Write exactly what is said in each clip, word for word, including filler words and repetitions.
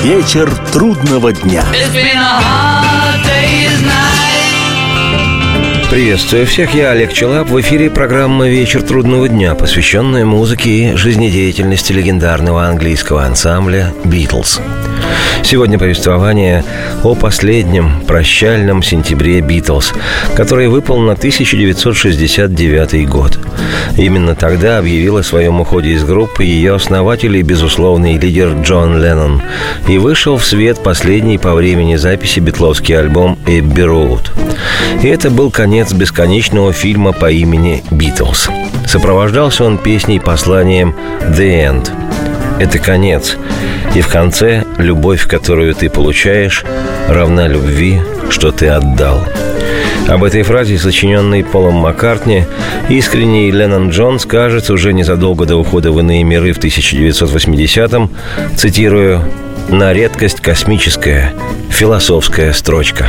Вечер трудного дня. Приветствую всех, я Олег Челап. В эфире программа «Вечер трудного дня», посвященная музыке и жизнедеятельности легендарного английского ансамбля «Битлз». Сегодня повествование о последнем прощальном сентябре «Битлз», который выпал на тысяча девятьсот шестьдесят девятый год. Именно тогда объявил о своем уходе из группы ее основатель и безусловный лидер Джон Леннон, и вышел в свет последний по времени записи битловский альбом «Эбби Роуд». И это был конец бесконечного фильма по имени «Битлз». Сопровождался он песней-посланием «The End». Это конец. И в конце любовь, которую ты получаешь, равна любви, что ты отдал. Об этой фразе, сочиненной Полом Маккартни, искренний Леннон Джон скажет уже незадолго до ухода в иные миры в тысяча девятьсот восьмидесятом, цитирую: «На редкость космическая, философская строчка».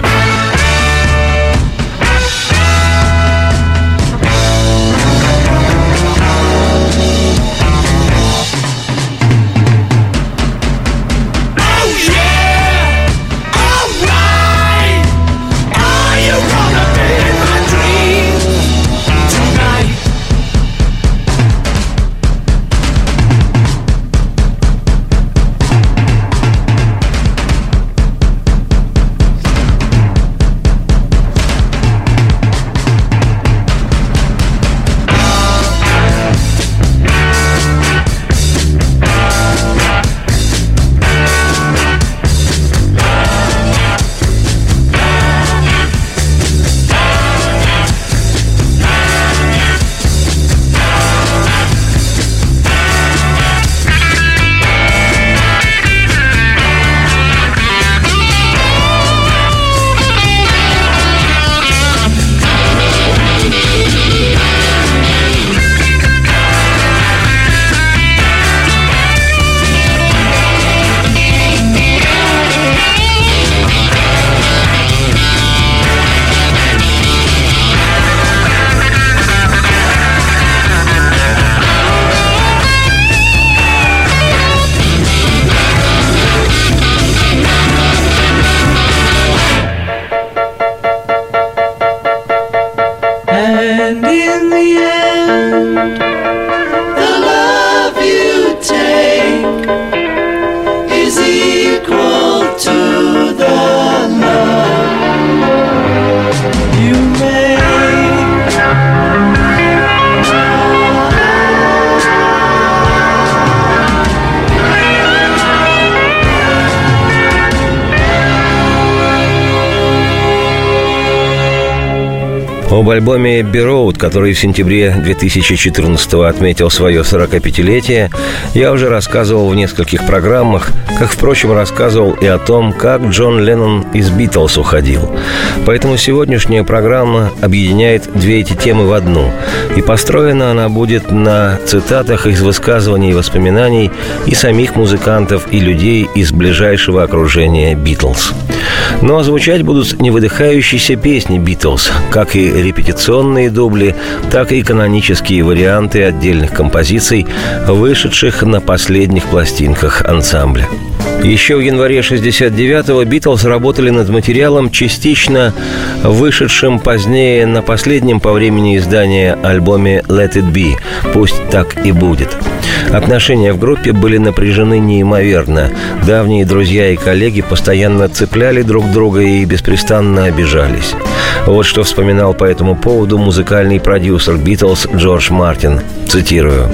Об альбоме «Эбби Роуд», который в сентябре две тысячи четырнадцатого отметил свое сорокапятилетие, я уже рассказывал в нескольких программах, как, впрочем, рассказывал и о том, как Джон Леннон из «Битлз» уходил. Поэтому сегодняшняя программа объединяет две эти темы в одну, и построена она будет на цитатах из высказываний и воспоминаний и самих музыкантов, и людей из ближайшего окружения «Битлз». Но звучать будут невыдыхающиеся песни «Битлз», как и репетиционные дубли, так и канонические варианты отдельных композиций, вышедших на последних пластинках ансамбля. Еще в январе шестьдесят девятого «Битлз» работали над материалом, частично вышедшим позднее на последнем по времени издания альбоме «Let It Be» «Пусть так и будет». Отношения в группе были напряжены неимоверно. Давние друзья и коллеги постоянно цепляли друг друга и беспрестанно обижались. Вот что вспоминал по этому поводу музыкальный продюсер «Битлз» Джордж Мартин. Цитирую: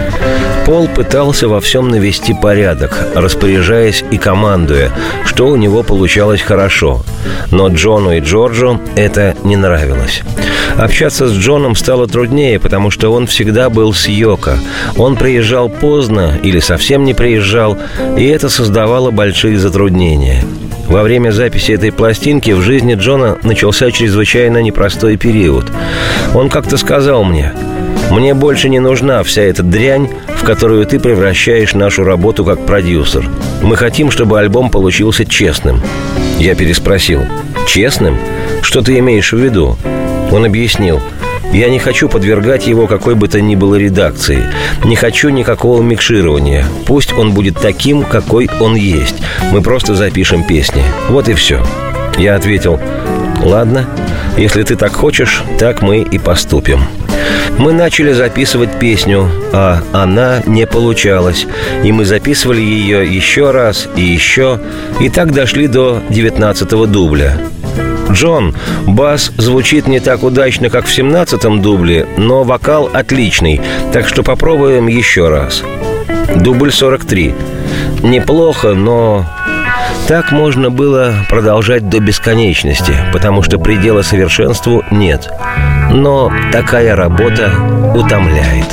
«Пол пытался во всем навести порядок, распоряжаясь и командуя, что у него получалось хорошо. Но Джону и Джорджу это не нравилось. Общаться с Джоном стало труднее, потому что он всегда был с Йоко. Он приезжал поздно или совсем не приезжал, и это создавало большие затруднения. Во время записи этой пластинки в жизни Джона начался чрезвычайно непростой период. Он как-то сказал мне: «Мне больше не нужна вся эта дрянь, в которую ты превращаешь нашу работу как продюсер. Мы хотим, чтобы альбом получился честным». Я переспросил: «Честным? Что ты имеешь в виду?» Он объяснил: Я не хочу подвергать его какой бы то ни было редакции. Не хочу никакого микширования. Пусть он будет таким, какой он есть. Мы просто запишем песни. Вот и все. Я ответил: ладно, если ты так хочешь, так мы и поступим. Мы начали записывать песню, а она не получалась. И мы записывали ее еще раз и еще. И так дошли до девятнадцатого дубля. Джон, бас звучит не так удачно, как в семнадцатом дубле, но вокал отличный, так что попробуем еще раз. Дубль сорок три. Неплохо, но... Так можно было продолжать до бесконечности, потому что предела совершенству нет. Но такая работа утомляет.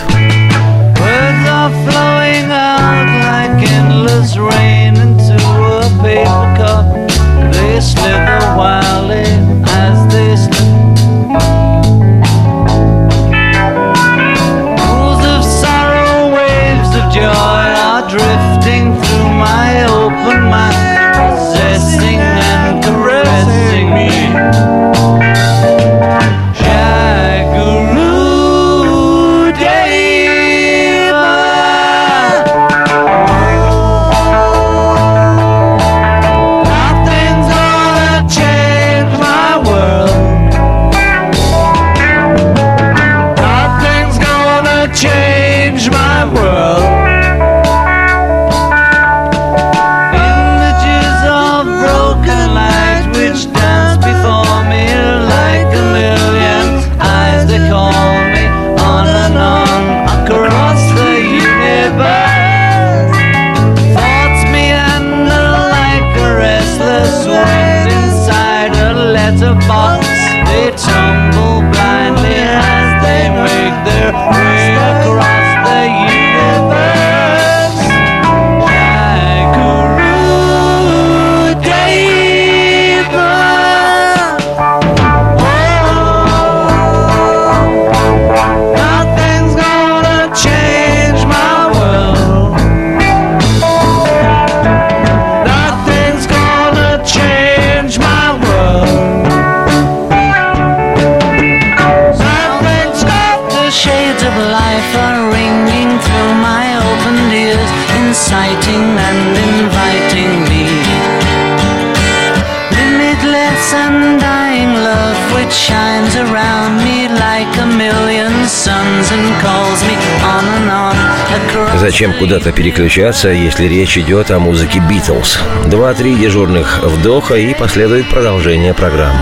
Зачем куда-то переключаться, если речь идет о музыке Битлз? Два-три дежурных вдоха, и последует продолжение программы.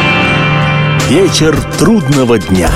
Вечер трудного дня.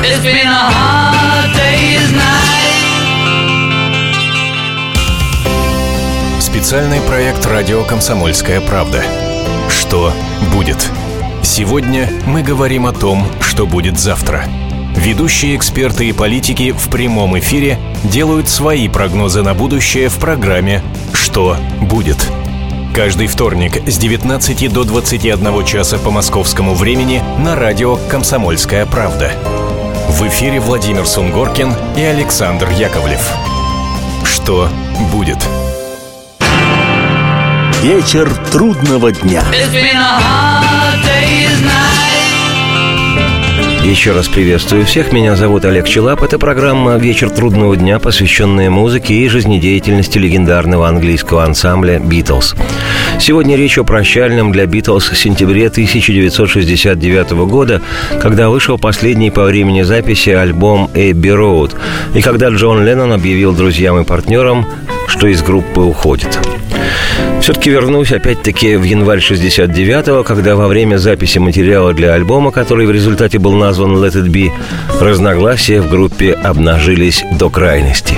Специальный проект «Радио Комсомольская правда». Что будет? Сегодня мы говорим о том, что будет завтра. Ведущие эксперты и политики в прямом эфире делают свои прогнозы на будущее в программе «Что будет?». Каждый вторник с девятнадцати до двадцати одного часа по московскому времени на радио «Комсомольская правда». В эфире Владимир Сунгоркин и Александр Яковлев. Что будет? Вечер трудного дня. Еще раз приветствую всех. Меня зовут Олег Челап. Это программа «Вечер трудного дня», посвященная музыке и жизнедеятельности легендарного английского ансамбля «Битлз». Сегодня речь о прощальном для «Битлз» сентябре тысяча девятьсот шестьдесят девятого года, когда вышел последний по времени записи альбом «Эбби Роуд», и когда Джон Леннон объявил друзьям и партнерам, что из группы уходит. Все-таки вернусь опять-таки в январь шестьдесят девятого, когда во время записи материала для альбома, который в результате был назван «Let It Be», разногласия в группе обнажились до крайности.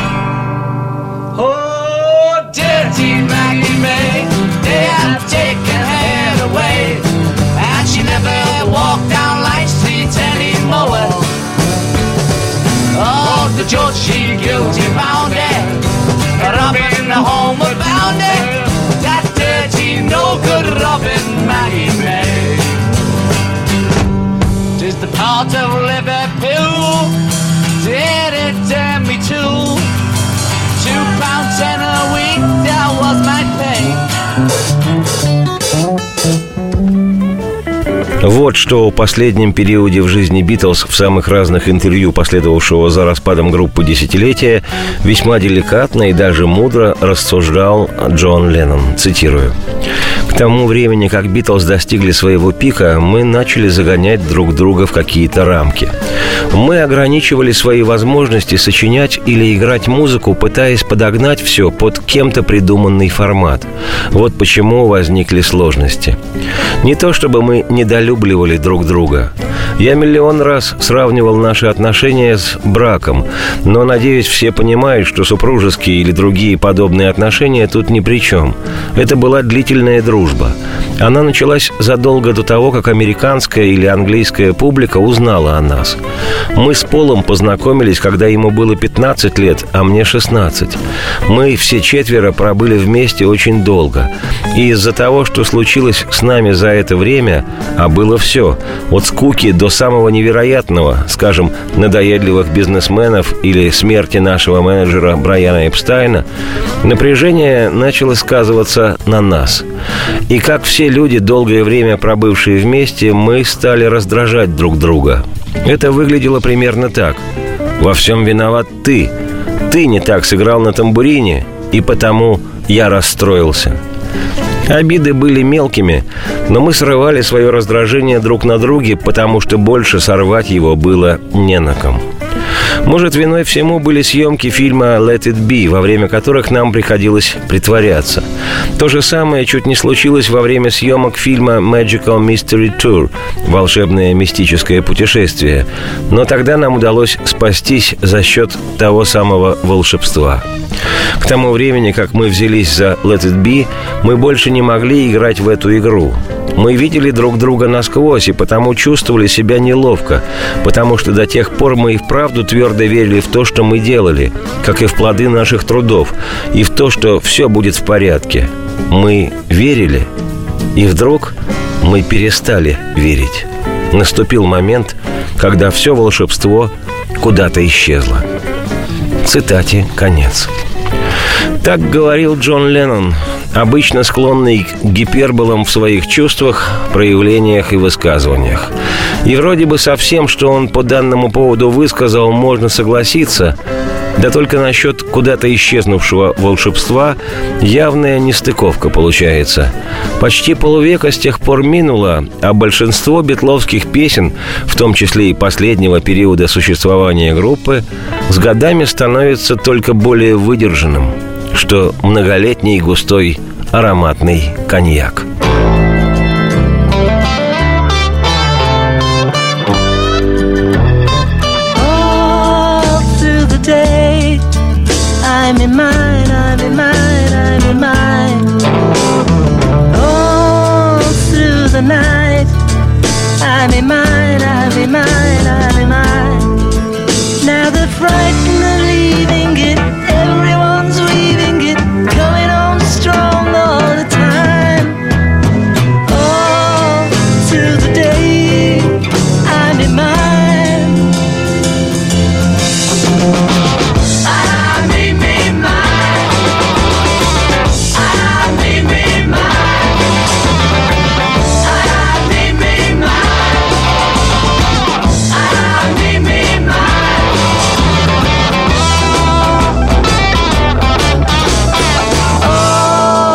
Out of Liverpool, did it turn me to two pounds and a week, that was my pay. Вот что о последнем периоде в жизни Битлз в самых разных интервью, последовавшего за распадом группы «Десятилетия», весьма деликатно и даже мудро рассуждал Джон Леннон. Цитирую. «К тому времени, как Битлз достигли своего пика, мы начали загонять друг друга в какие-то рамки. Мы ограничивали свои возможности сочинять или играть музыку, пытаясь подогнать все под кем-то придуманный формат. Вот почему возникли сложности. Не то чтобы мы недолюбливали друг друга. Я миллион раз сравнивал наши отношения с браком, но, надеюсь, все понимают, что супружеские или другие подобные отношения тут ни при чем. Это была длительная дружба. Она началась задолго до того, как американская или английская публика узнала о нас. Мы с Полом познакомились, когда ему было пятнадцать лет, а мне шестнадцать. Мы все четверо пробыли вместе очень долго. И из-за того, что случилось с нами за это время, а было все, от скуки до самого невероятного, скажем, надоедливых бизнесменов или смерти нашего менеджера Брайана Эпстайна, напряжение начало сказываться на нас. И как все люди, долгое время пробывшие вместе, мы стали раздражать друг друга. Это выглядело примерно так. «Во всем виноват ты. Ты не так сыграл на тамбурине, и потому я расстроился». Обиды были мелкими, но мы срывали свое раздражение друг на друге, потому что больше сорвать его было не на ком. Может, виной всему были съемки фильма «Let It Be», во время которых нам приходилось притворяться. То же самое чуть не случилось во время съемок фильма «Magical Mystery Tour» – «Волшебное мистическое путешествие». Но тогда нам удалось спастись за счет того самого волшебства. К тому времени, как мы взялись за «Let It Be», мы больше не могли играть в эту игру. Мы видели друг друга насквозь и потому чувствовали себя неловко, потому что до тех пор мы и вправду твердо верили в то, что мы делали, как и в плоды наших трудов, и в то, что все будет в порядке. Мы верили, и вдруг мы перестали верить. Наступил момент, когда все волшебство куда-то исчезло. Цитате конец. Так говорил Джон Леннон, обычно склонный к гиперболам в своих чувствах, проявлениях и высказываниях. И вроде бы со всем, что он по данному поводу высказал, можно согласиться, да только насчет куда-то исчезнувшего волшебства явная нестыковка получается. Почти полвека с тех пор минуло, а большинство битловских песен, в том числе и последнего периода существования группы, с годами становится только более выдержанным, что многолетний густой ароматный коньяк. I'm in mine, I'm in mine, I'm in mine. All through the night, I'm in mine, I'm in mine, I'm in mine. Now the frightened are leaving it, everyone's weaving it, coming on strong all the time. All through the day, I'm in mine. Oh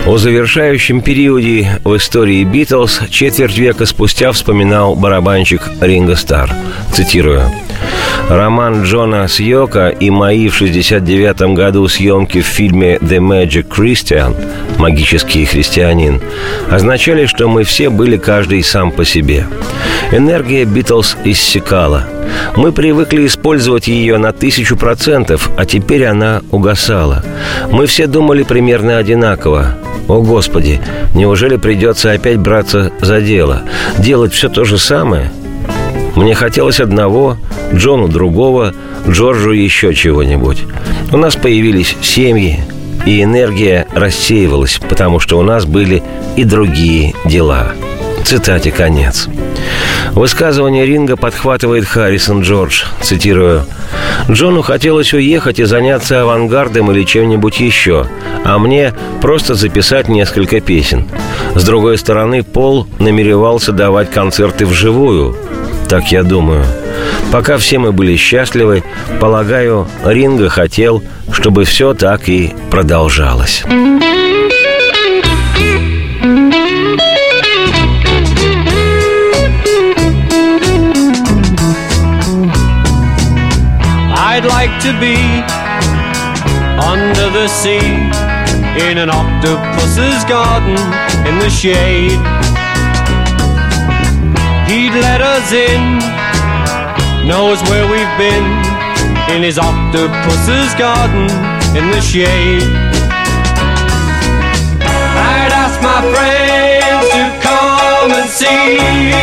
О завершающем периоде в истории «Битлз» четверть века спустя вспоминал барабанщик Ринго Старр. Цитирую. «Роман Джона с Йоко и мои в шестьдесят девятом году съемки в фильме «The Magic Christian» «Магический христианин» означали, что мы все были каждый сам по себе. Энергия «Битлз» иссякала. Мы привыкли использовать ее на тысячу процентов, а теперь она угасала. Мы все думали примерно одинаково. О, Господи, неужели придется опять браться за дело? Делать все то же самое? Мне хотелось одного, Джону другого, Джорджу еще чего-нибудь. У нас появились семьи, и энергия рассеивалась, потому что у нас были и другие дела». Цитате конец. Высказывание Ринго подхватывает Харрисон Джордж. Цитирую. «Джону хотелось уехать и заняться авангардом или чем-нибудь еще, а мне просто записать несколько песен. С другой стороны, Пол намеревался давать концерты вживую. Так я думаю. Пока все мы были счастливы, полагаю, Ринго хотел, чтобы все так и продолжалось». I'd like to be under the sea in an octopus's garden in the shade. He'd let us in, knows where we've been, in his octopus's garden in the shade. I'd ask my friends to come and see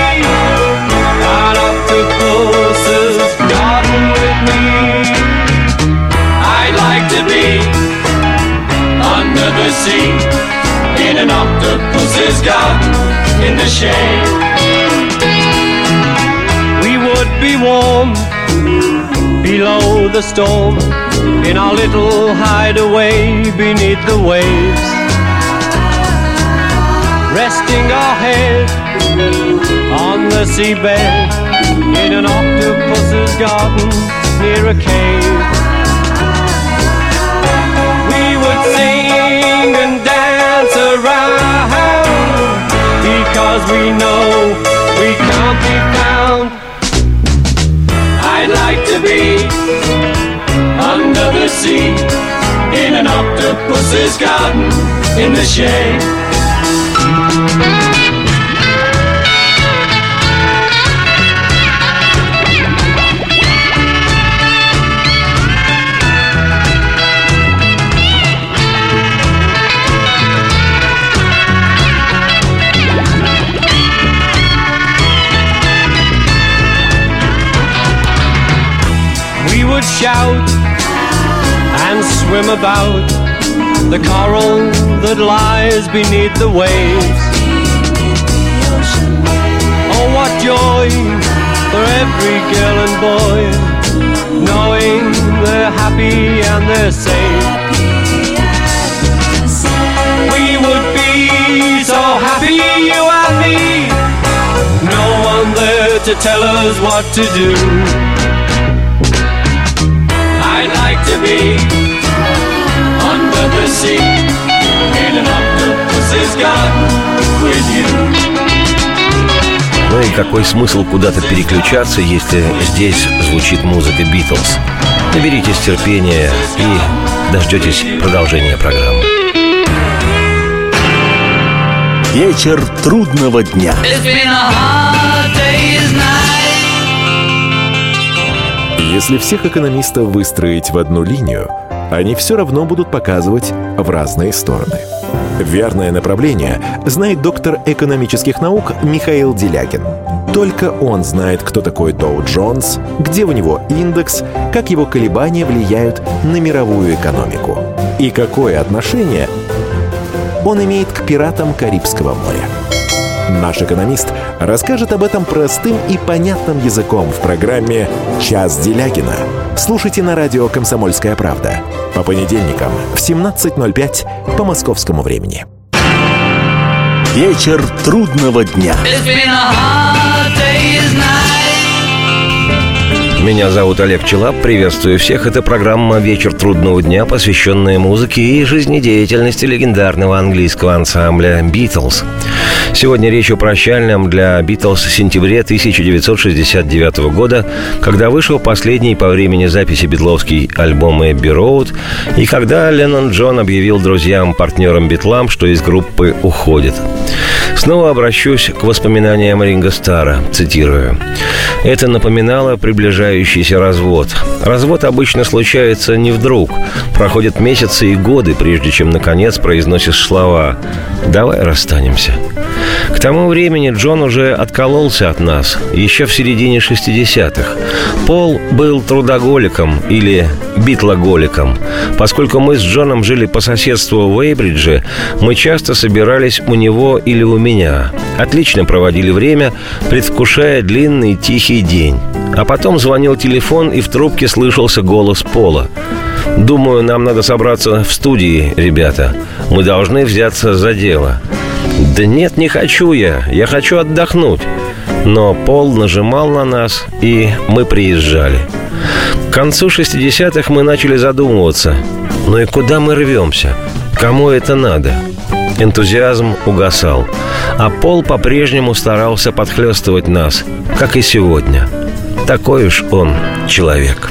an octopus's garden with me. To be under the sea in an octopus's garden in the shade. We would be warm below the storm in our little hideaway beneath the waves, resting our head on the seabed in an octopus's garden near a cave. Sing and dance around because we know we can't be found. I'd like to be under the sea in an octopus's garden in the shade. Would shout and swim about the coral that lies beneath the waves. Oh, what joy for every girl and boy, knowing they're happy and they're safe. We would be so happy, you and me, no one there to tell us what to do. I'd like to be under the sea in an octopus's garden with you. Ну и какой смысл куда-то переключаться, если здесь звучит музыка «Битлз»? Наберитесь терпения и дождетесь продолжения программы. Вечер трудного дня. Если всех экономистов выстроить в одну линию, они все равно будут показывать в разные стороны. Верное направление знает доктор экономических наук Михаил Делягин. Только он знает, кто такой Доу Джонс, где у него индекс, как его колебания влияют на мировую экономику и какое отношение он имеет к пиратам Карибского моря. Наш экономист расскажет об этом простым и понятным языком в программе «Час Делягина». Слушайте на радио «Комсомольская правда» по понедельникам в семнадцать ноль пять по московскому времени. Вечер трудного дня. Меня зовут Олег Челап. Приветствую всех. Это программа «Вечер трудного дня», посвященная музыке и жизнедеятельности легендарного английского ансамбля «Битлз». Сегодня речь о прощальном для «Битлз» сентябре тысяча девятьсот шестьдесят девятого года, когда вышел последний по времени записи битловский альбом «Эбби Роуд», и когда Леннон Джон объявил друзьям, партнерам Битлам, что из группы уходит. Снова обращусь к воспоминаниям Ринго Старра, цитирую. «Это напоминало приближающийся развод. Развод обычно случается не вдруг. Проходят месяцы и годы, прежде чем, наконец, произносишь слова «давай расстанемся». К тому времени Джон уже откололся от нас, еще в середине шестидесятых. Пол был трудоголиком или битлоголиком. Поскольку мы с Джоном жили по соседству в Уэйбридже, мы часто собирались у него или у меня. Отлично проводили время, предвкушая длинный тихий день. А потом звонил телефон, и в трубке слышался голос Пола. «Думаю, нам надо собраться в студии, ребята. Мы должны взяться за дело». «Да нет, не хочу я. Я хочу отдохнуть». Но Пол нажимал на нас, и мы приезжали. К концу шестидесятых мы начали задумываться. Ну и куда мы рвемся? Кому это надо? Энтузиазм угасал. А Пол по-прежнему старался подхлёстывать нас, как и сегодня. Такой уж он человек.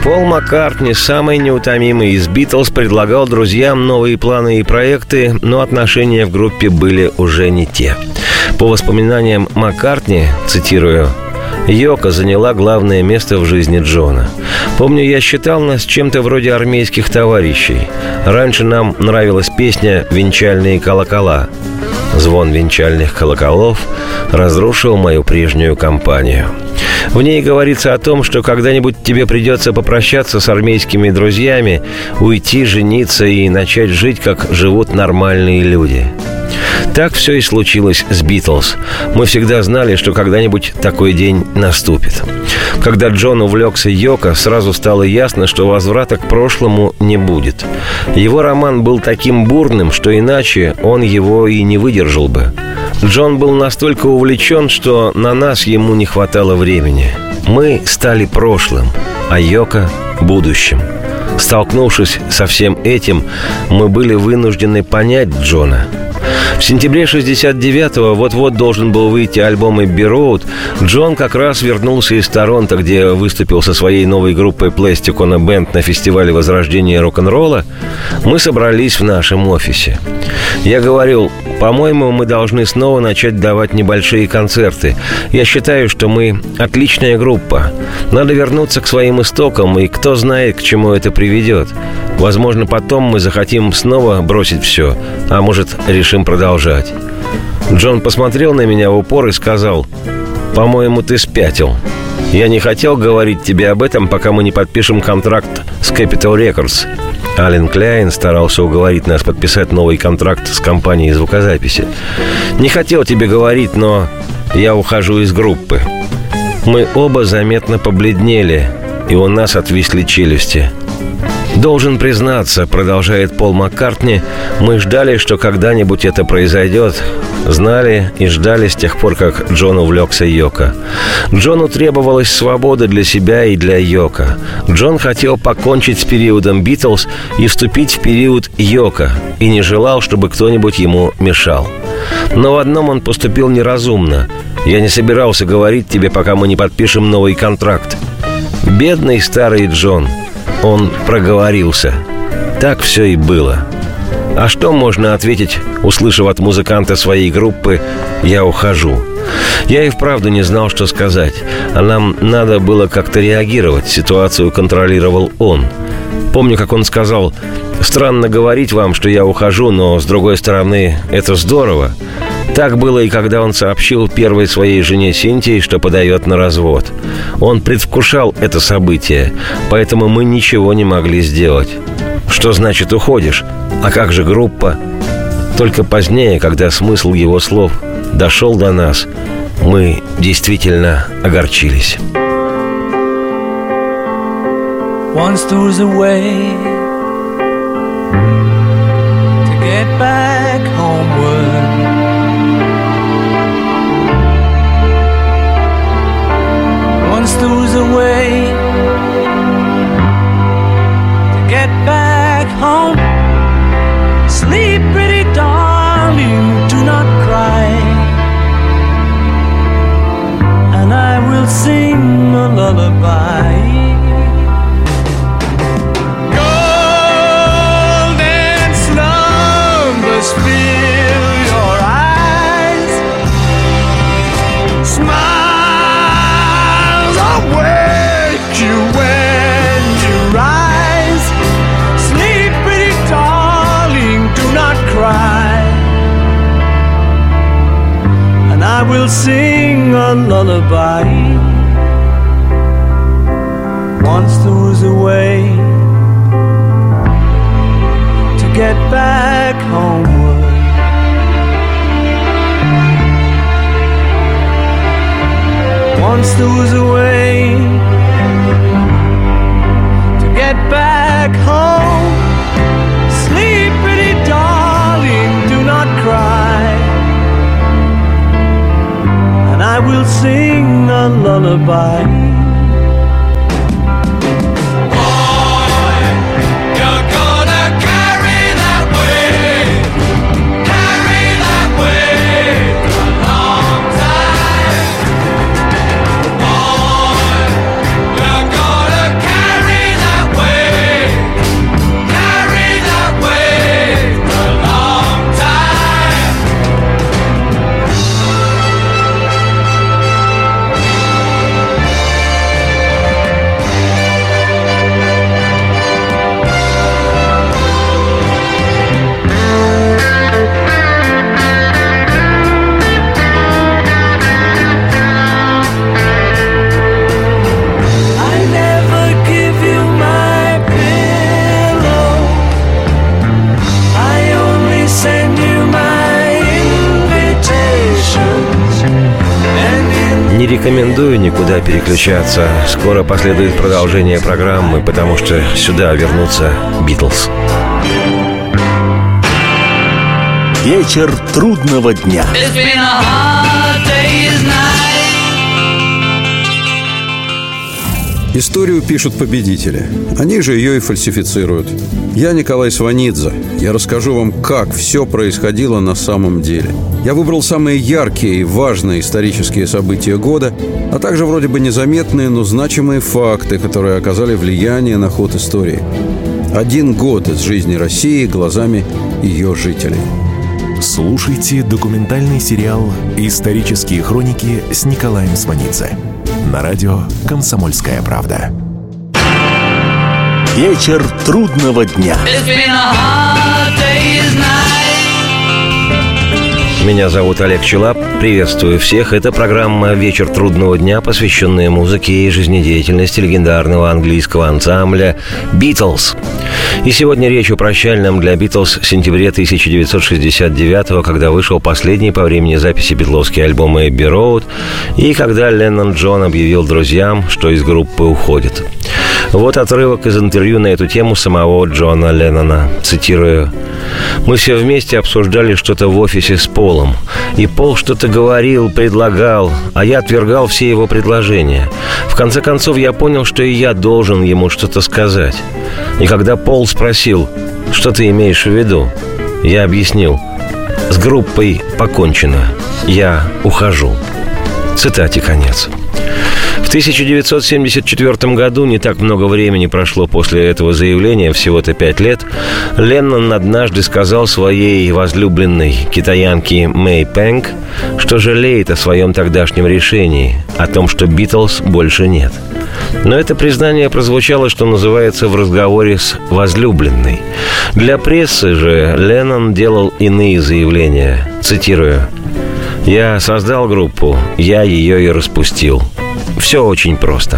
Пол Маккартни, самый неутомимый из «Битлз», предлагал друзьям новые планы и проекты, но отношения в группе были уже не те. По воспоминаниям Маккартни, цитирую, «Йоко заняла главное место в жизни Джона. Помню, я считал нас чем-то вроде армейских товарищей. Раньше нам нравилась песня «Венчальные колокола». Звон венчальных колоколов разрушил мою прежнюю компанию. В ней говорится о том, что когда-нибудь тебе придется попрощаться с армейскими друзьями, уйти, жениться и начать жить, как живут нормальные люди. Так все и случилось с «Битлз». Мы всегда знали, что когда-нибудь такой день наступит. Когда Джон увлекся Йоко, сразу стало ясно, что возврата к прошлому не будет. Его роман был таким бурным, что иначе он его и не выдержал бы. Джон был настолько увлечен, что на нас ему не хватало времени. Мы стали прошлым, а Йоко – будущим. Столкнувшись со всем этим, мы были вынуждены понять Джона. В сентябре шестьдесят девятого вот-вот должен был выйти альбом «Эбби Роуд». Джон как раз вернулся из Торонто, где выступил со своей новой группой Plasticona Band на фестивале возрождения рок-н-ролла. Мы собрались в нашем офисе. Я говорил, по-моему, мы должны снова начать давать небольшие концерты. Я считаю, что мы отличная группа. Надо вернуться к своим истокам, и кто знает, к чему это приведет. Возможно, потом мы захотим снова бросить все, а может, решим продолжать. Джон посмотрел на меня в упор и сказал, «По-моему, ты спятил. Я не хотел говорить тебе об этом, пока мы не подпишем контракт с Capitol Records». Ален Кляйн старался уговорить нас подписать новый контракт с компанией звукозаписи. «Не хотел тебе говорить, но я ухожу из группы». Мы оба заметно побледнели, и у нас отвисли челюсти. «Должен признаться, — продолжает Пол Маккартни, — мы ждали, что когда-нибудь это произойдет. Знали и ждали с тех пор, как Джон увлекся Йоко. Джону требовалась свобода для себя и для Йоко. Джон хотел покончить с периодом «Битлз» и вступить в период Йоко, и не желал, чтобы кто-нибудь ему мешал. Но в одном он поступил неразумно. Я не собирался говорить тебе, пока мы не подпишем новый контракт. Бедный старый Джон. Он проговорился. Так все и было. А что можно ответить, услышав от музыканта своей группы «Я ухожу»? Я и вправду не знал, что сказать. А нам надо было как-то реагировать. Ситуацию контролировал он. Помню, как он сказал: «Странно говорить вам, что я ухожу, но, с другой стороны, это здорово». Так было и когда он сообщил первой своей жене Синтии, что подает на развод. Он предвкушал это событие, поэтому мы ничего не могли сделать. Что значит уходишь? А как же группа? Только позднее, когда смысл его слов дошел до нас, мы действительно огорчились. Once there was a way to get back homeward. Once there was a way to get back home. Sleep, pretty darling, do not cry, and I will sing a lullaby. Golden slumbers fill your eyes. Smile awake you when you rise. Sleep, pretty darling, do not cry, and I will sing a lullaby. Once there was a way to get back homeward. Once there was a way to get back home. Sleep, pretty darling, do not cry, and I will sing a lullaby. Boy, you're gonna carry that way. рекомендую никуда переключаться. Скоро последует продолжение программы, потому что сюда вернутся Битлз. Вечер трудного дня. Историю пишут победители. Они же ее и фальсифицируют. Я Николай Сванидзе. Я расскажу вам, как все происходило на самом деле. Я выбрал самые яркие и важные исторические события года, а также вроде бы незаметные, но значимые факты, которые оказали влияние на ход истории. Один год из жизни России глазами ее жителей. Слушайте документальный сериал «Исторические хроники» с Николаем Сванидзе на радио «Комсомольская правда». Вечер трудного дня. Меня зовут Олег Челап. Приветствую всех. Это программа «Вечер трудного дня», посвященная музыке и жизнедеятельности легендарного английского ансамбля «Битлз». И сегодня речь о прощальном для «Битлз» сентябре тысяча девятьсот шестьдесят девятого, когда вышел последний по времени записи битловский альбом «Эбби Роуд», и когда Леннон Джон объявил друзьям, что из группы уходит. Вот отрывок из интервью на эту тему самого Джона Леннона. Цитирую. «Мы все вместе обсуждали что-то в офисе с Полом. И Пол что-то говорил, предлагал, а я отвергал все его предложения. В конце концов, я понял, что и я должен ему что-то сказать. И когда Пол спросил, что ты имеешь в виду, я объяснил, с группой покончено, я ухожу». Цитате конец. В тысяча девятьсот семьдесят четвёртом году, не так много времени прошло после этого заявления, всего-то пять лет, Леннон однажды сказал своей возлюбленной китаянке Мэй Пэнг, что жалеет о своем тогдашнем решении, о том, что Битлз больше нет. Но это признание прозвучало, что называется, в разговоре с возлюбленной. Для прессы же Леннон делал иные заявления. Цитирую. «Я создал группу, я ее и распустил. Все очень просто.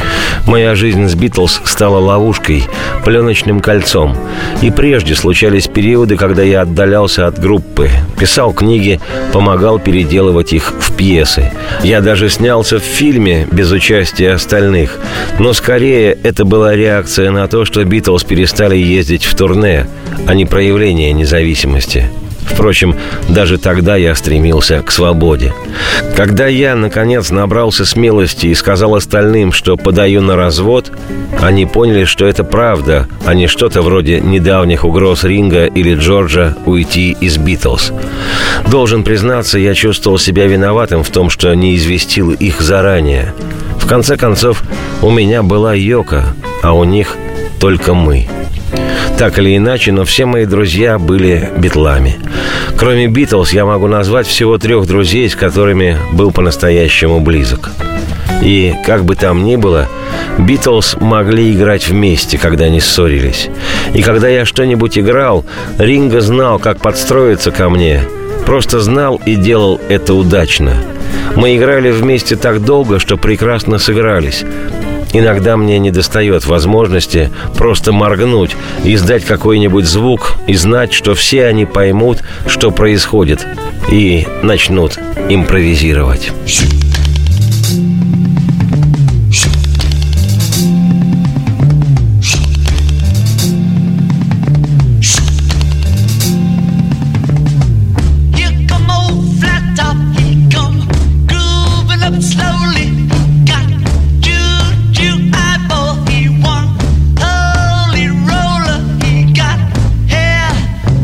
Моя жизнь с Битлз стала ловушкой, пленочным кольцом. И прежде случались периоды, когда я отдалялся от группы, писал книги, помогал переделывать их в пьесы. Я даже снялся в фильме без участия остальных. Но скорее это была реакция на то, что Битлз перестали ездить в турне, а не проявление независимости. Впрочем, даже тогда я стремился к свободе. Когда я, наконец, набрался смелости и сказал остальным, что подаю на развод, они поняли, что это правда, а не что-то вроде недавних угроз Ринга или Джорджа уйти из Битлз. Должен признаться, я чувствовал себя виноватым в том, что не известил их заранее. В конце концов, у меня была Йоко, а у них только мы. Так или иначе, но все мои друзья были битлами. Кроме Битлз, я могу назвать всего трех друзей, с которыми был по-настоящему близок. И, как бы там ни было, Битлз могли играть вместе, когда они ссорились. И когда я что-нибудь играл, Ринго знал, как подстроиться ко мне. Просто знал и делал это удачно. Мы играли вместе так долго, что прекрасно сыгрались. Иногда мне недостает возможности просто моргнуть, издать какой-нибудь звук и знать, что все они поймут, что происходит, и начнут импровизировать.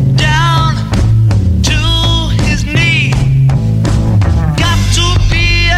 Got to be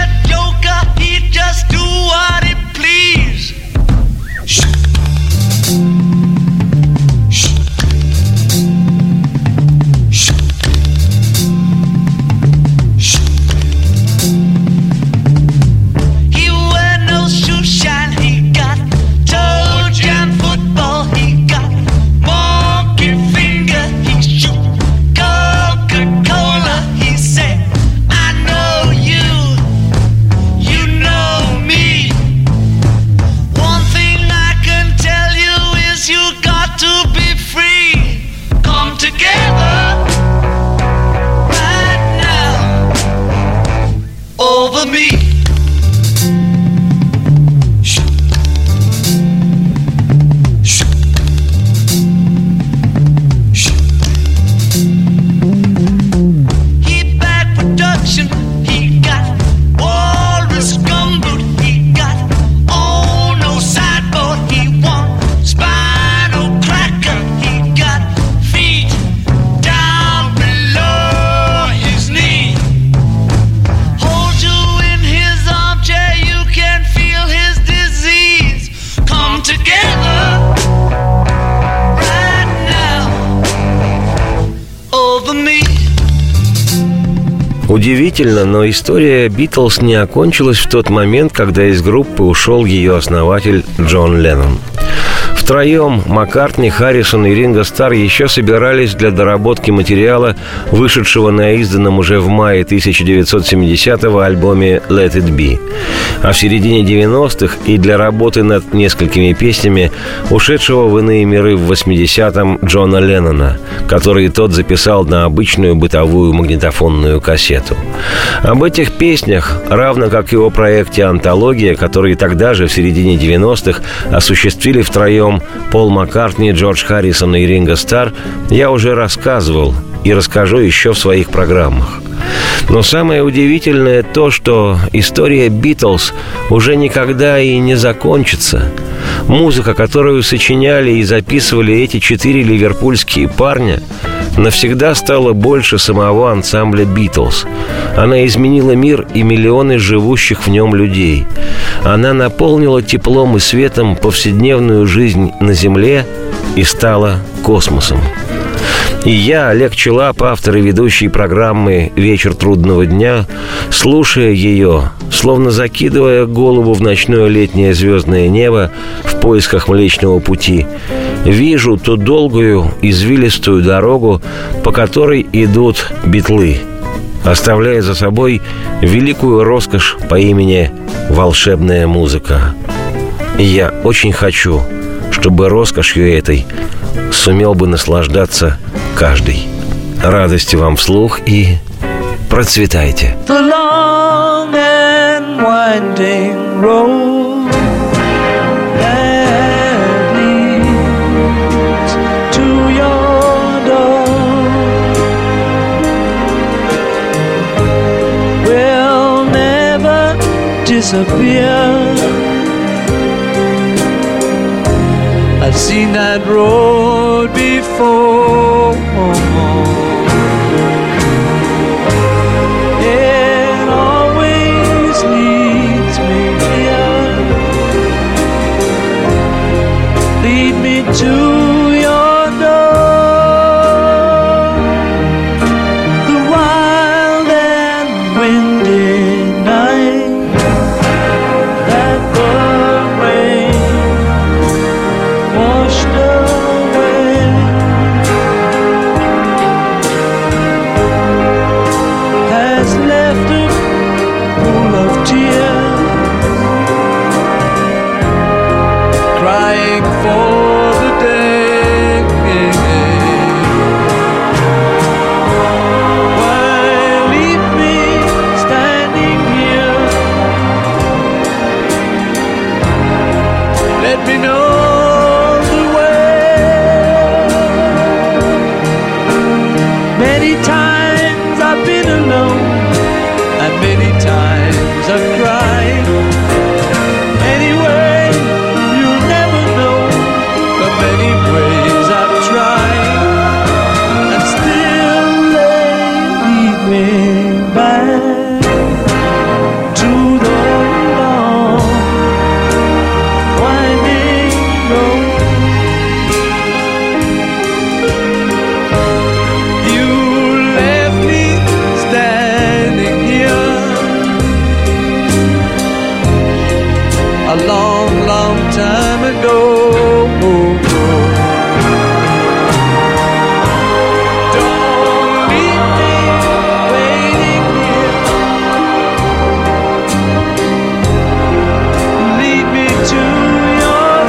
Удивительно, но история «Битлз» не окончилась в тот момент, когда из группы ушел ее основатель Джон Леннон. Втроем Маккартни, Харрисон и Ринго Старр еще собирались для доработки материала, вышедшего на изданном уже в мае тысяча девятьсот семидесятого альбоме «Let It Be». А в середине девяностых и для работы над несколькими песнями ушедшего в иные миры в восьмидесятом Джона Леннона, который тот записал на обычную бытовую магнитофонную кассету. Об этих песнях, равно как и о проекте «Антология», который тогда же, в середине девяностых, осуществили втроем Пол Маккартни, Джордж Харрисон и Ринго Старр, я уже рассказывал и расскажу еще в своих программах. Но самое удивительное то, что история «Битлз» уже никогда и не закончится. Музыка, которую сочиняли и записывали эти четыре ливерпульские парня, навсегда стала больше самого ансамбля «Битлз». Она изменила мир и миллионы живущих в нем людей. Она наполнила теплом и светом повседневную жизнь на Земле и стала космосом. И я, Олег Челап, автор и ведущий программы «Вечер трудного дня», слушая ее, словно закидывая голову в ночное летнее звездное небо в поисках Млечного Пути, вижу ту долгую, извилистую дорогу, по которой идут битлы, оставляя за собой великую роскошь по имени волшебная музыка. И я очень хочу, чтобы роскошью этой сумел бы наслаждаться каждый. Радости вам вслух и процветайте. The long and winding road that leads to your door will never disappear. I've seen that road before. It always leads me here. Lead me to your door. The wild and windy night that the rain washed away. Has left a pool of tears, crying for the day. Why leave me standing here? Let me know the way. Many times I've been alone, and many times I've cried. Anyway, you'll never know the many ways I've tried, and still they lead me back to the long winding road. You left me standing here a long, long time ago. Don't leave me waiting here. Lead me to your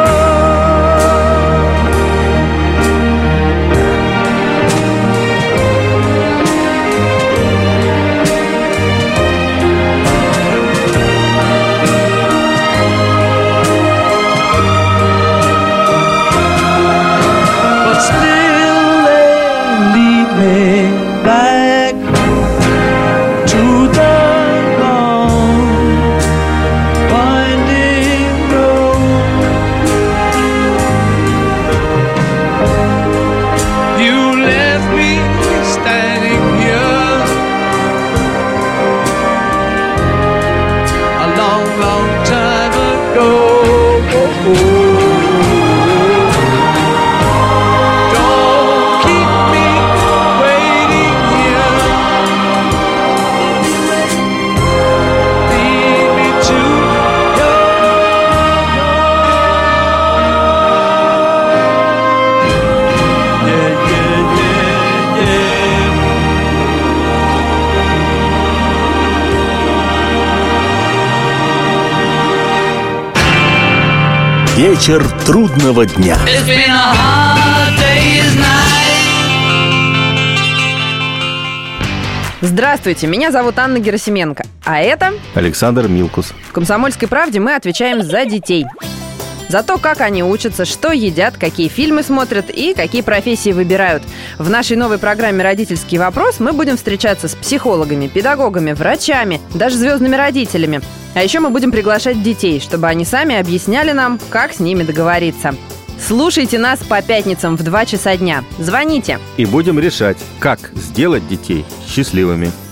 but still they lead me back to the long winding road. You left me standing here a long, long time ago. Don't keep me waiting here. Вечер трудного дня. It's been a hard day's night. Здравствуйте, меня зовут Анна Герасименко. А это Александр Милкус. в «Комсомольской правде» мы отвечаем за детей. За то, как они учатся, что едят, какие фильмы смотрят и какие профессии выбирают. В нашей новой программе «Родительский вопрос» мы будем встречаться с психологами, педагогами, врачами, даже звездными родителями. А еще мы будем приглашать детей, чтобы они сами объясняли нам, как с ними договориться. Слушайте нас по пятницам в два часа дня. Звоните. И будем решать, как сделать детей счастливыми.